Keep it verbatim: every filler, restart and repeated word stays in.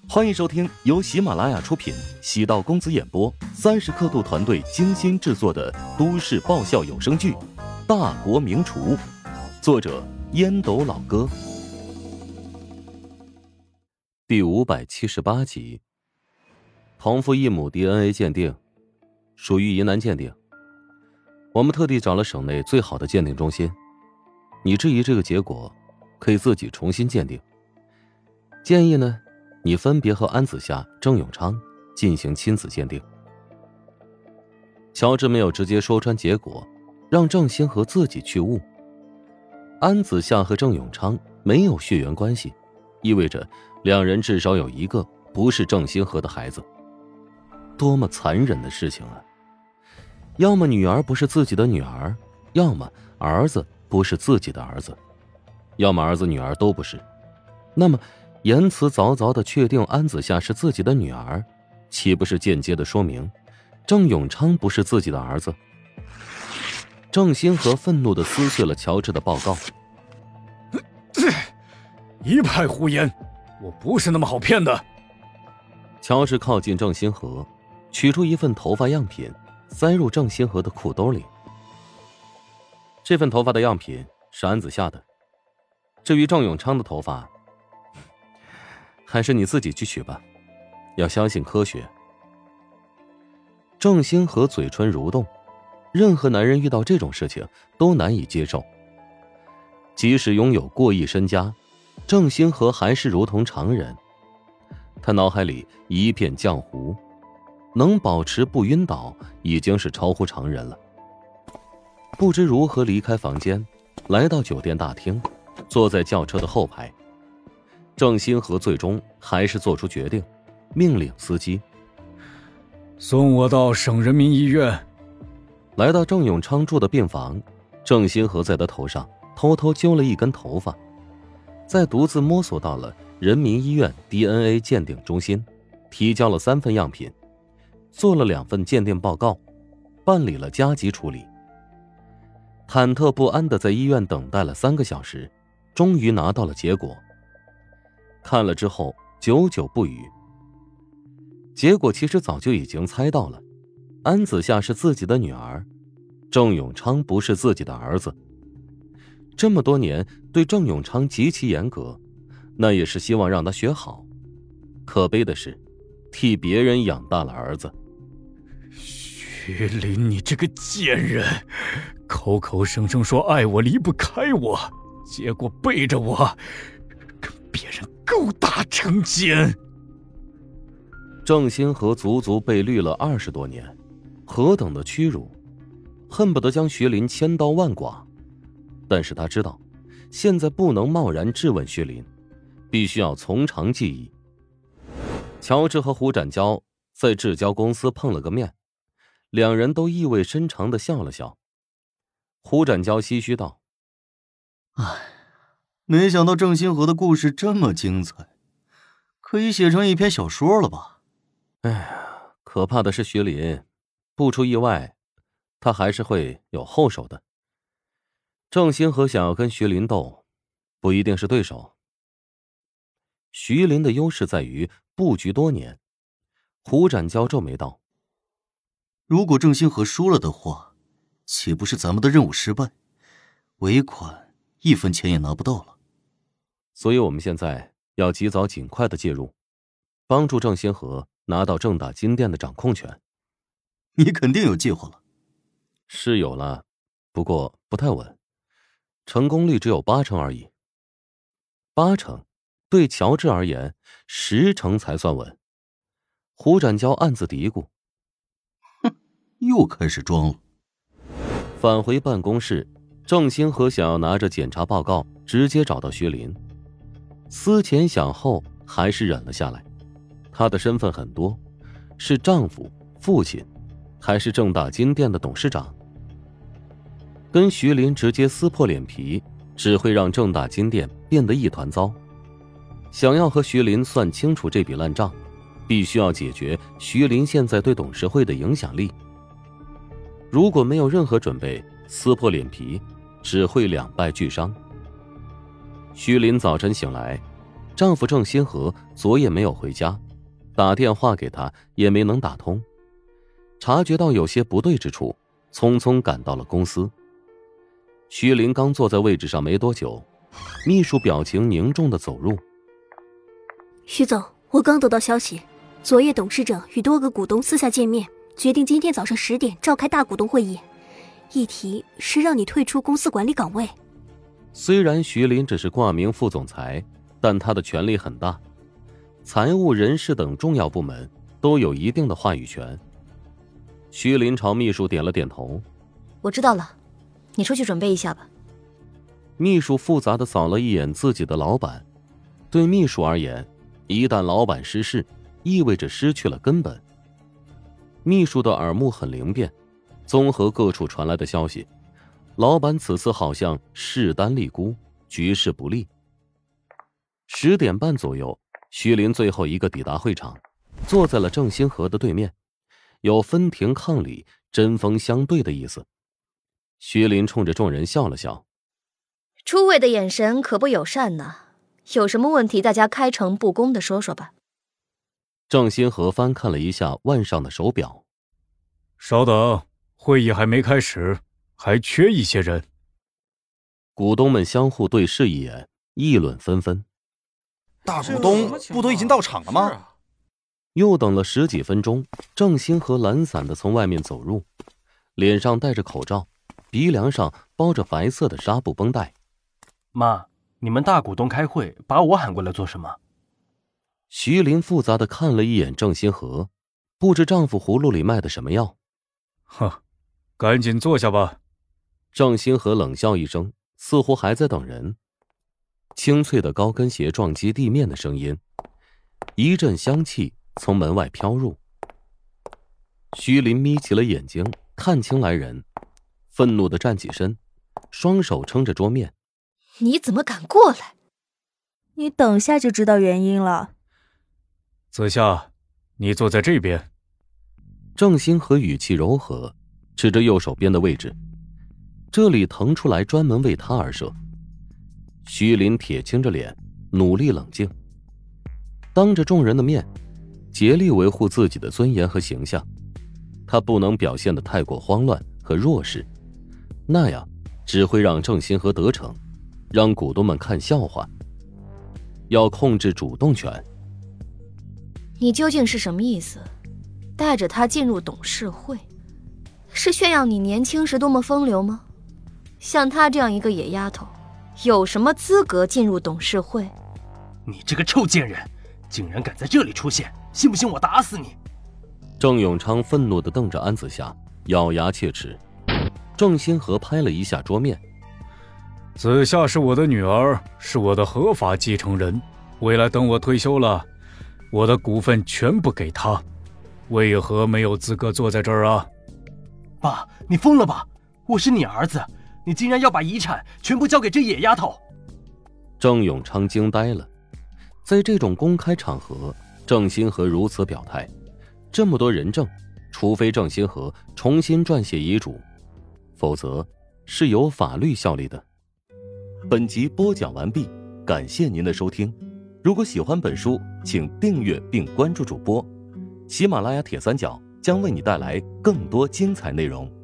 欢迎收听由喜马拉雅出品，喜道公子演播，三十刻度团队精心制作的都市爆笑有声剧《大国名厨》，作者烟斗老哥。第五百七十八集。同父异母 D N A 鉴定属于疑难鉴定，我们特地找了省内最好的鉴定中心。你质疑这个结果，可以自己重新鉴定。建议呢，你分别和安子夏、郑永昌进行亲子鉴定。乔治没有直接说穿结果，让郑兴和自己去悟。安子夏和郑永昌没有血缘关系，意味着两人至少有一个不是郑兴和的孩子。多么残忍的事情啊！要么女儿不是自己的女儿，要么儿子不是自己的儿子，要么儿子女儿都不是。那么言辞凿凿地确定安子夏是自己的女儿，岂不是间接地说明郑永昌不是自己的儿子？郑兴和愤怒地撕碎了乔治的报告。 一派胡言，我不是那么好骗的。 乔治靠近郑兴和，取出一份头发样品，塞入郑兴和的裤兜里。这份头发的样品是安子夏的，至于郑永昌的头发，还是你自己去取吧，要相信科学。郑兴和嘴唇蠕动，任何男人遇到这种事情都难以接受。即使拥有过亿身家，郑兴和还是如同常人。他脑海里一片浆糊，能保持不晕倒已经是超乎常人了。不知如何离开房间，来到酒店大厅，坐在轿车的后排。郑兴和最终还是做出决定，命令司机送我到省人民医院。 来到郑永昌住的病房，郑兴和在他头上偷偷揪了一根头发，再独自摸索到了人民医院 D N A 鉴定中心，提交了三份样品，做了两份鉴定报告，办理了加急处理。忐忑不安地在医院等待了三个小时，终于拿到了结果。看了之后久久不语。结果其实早就已经猜到了，安子夏是自己的女儿，郑永昌不是自己的儿子。这么多年对郑永昌极其严格，那也是希望让他学好。可悲的是，替别人养大了儿子。 薛林，你这个贱人，口口声声说爱我离不开我，结果背着我跟别人勾搭成奸。 郑兴和足足被绿了二十多年，何等的屈辱，恨不得将薛林千刀万剐。但是他知道，现在不能贸然质问薛林，必须要从长计议。乔治和胡展娇在制胶公司碰了个面，两人都意味深长地笑了笑。胡展娇唏嘘道： 唉，没想到郑兴和的故事这么精彩，可以写成一篇小说了吧？ 哎呀，可怕的是薛林，不出意外，他还是会有后手的。郑兴和想要跟徐林斗，不一定是对手。徐林的优势在于布局多年。胡展娇皱眉道： 如果郑兴和输了的话，岂不是咱们的任务失败，尾款一分钱也拿不到了？ 所以我们现在要及早尽快的介入，帮助郑兴和拿到正大金店的掌控权。 你肯定有计划了？ 是有了，不过不太稳，成功率只有八成而已。八成，对乔治而言，十成才算稳。胡展娇暗自嘀咕： 哼，又开始装了。 返回办公室，郑兴和想要拿着检查报告直接找到薛林，思前想后还是忍了下来。他的身份很多，是丈夫、父亲，还是正大金店的董事长。跟徐林直接撕破脸皮，只会让正大金店变得一团糟。想要和徐林算清楚这笔烂账，必须要解决徐林现在对董事会的影响力。如果没有任何准备，撕破脸皮只会两败俱伤。徐林早晨醒来， 丈夫郑新河昨夜没有回家，打电话给他也没能打通。察觉到有些不对之处，匆匆赶到了公司。徐林刚坐在位置上没多久，秘书表情凝重地走入。 徐总，我刚得到消息，昨夜董事长与多个股东私下见面，决定今天早上十点召开大股东会议，议题是让你退出公司管理岗位。 虽然徐林只是挂名副总裁，但他的权力很大，财务、人事等重要部门都有一定的话语权。徐林朝秘书点了点头。 我知道了，你出去准备一下吧。 秘书复杂地扫了一眼自己的老板，对秘书而言，一旦老板失势，意味着失去了根本。秘书的耳目很灵便，综合各处传来的消息，老板此次好像势单力孤，局势不利。十点半左右，徐林最后一个抵达会场，坐在了郑新河的对面，有分庭抗礼、针锋相对的意思。徐林冲着众人笑了笑。 诸位的眼神可不友善呢，有什么问题大家开诚布公的说说吧。 郑新河翻看了一下腕上的手表。 稍等，会议还没开始，还缺一些人。 股东们相互对视一眼，议论纷纷。 大股东不都已经到场了吗？ 又等了十几分钟，郑新河懒散地从外面走入，脸上戴着口罩，鼻梁上包着白色的纱布绷带。 妈，你们大股东开会，把我喊过来做什么？ 徐林复杂地看了一眼郑新河，不知丈夫葫芦里卖的什么药。 哼，赶紧坐下吧。 郑新河冷笑一声，似乎还在等人。清脆的高跟鞋撞击地面的声音，一阵香气从门外飘入。徐林眯起了眼睛，看清来人，愤怒地站起身，双手撑着桌面。 你怎么敢过来？ 你等下就知道原因了。 子夏，你坐在这边。 郑新河语气柔和，指着右手边的位置，这里腾出来专门为他而设。徐林铁青着脸，努力冷静，当着众人的面，竭力维护自己的尊严和形象。他不能表现得太过慌乱和弱势，那样只会让郑新河得逞，让股东们看笑话。要控制主动权。 你究竟是什么意思？带着他进入董事会，是炫耀你年轻时多么风流吗？像她这样一个野丫头，有什么资格进入董事会？ 你这个臭贱人，竟然敢在这里出现，信不信我打死你？ 郑永昌愤怒地瞪着安子夏，咬牙切齿。郑新河拍了一下桌面。 子夏是我的女儿，是我的合法继承人，未来等我退休了，我的股份全部给她，为何没有资格坐在这儿啊？ 爸，你疯了吧？我是你儿子，你竟然要把遗产全部交给这野丫头！ 郑永昌惊呆了，在这种公开场合，郑新河如此表态，这么多人证，除非郑新河重新撰写遗嘱，否则是有法律效力的。本集播讲完毕，感谢您的收听。如果喜欢本书，请订阅并关注主播。喜马拉雅铁三角将为你带来更多精彩内容。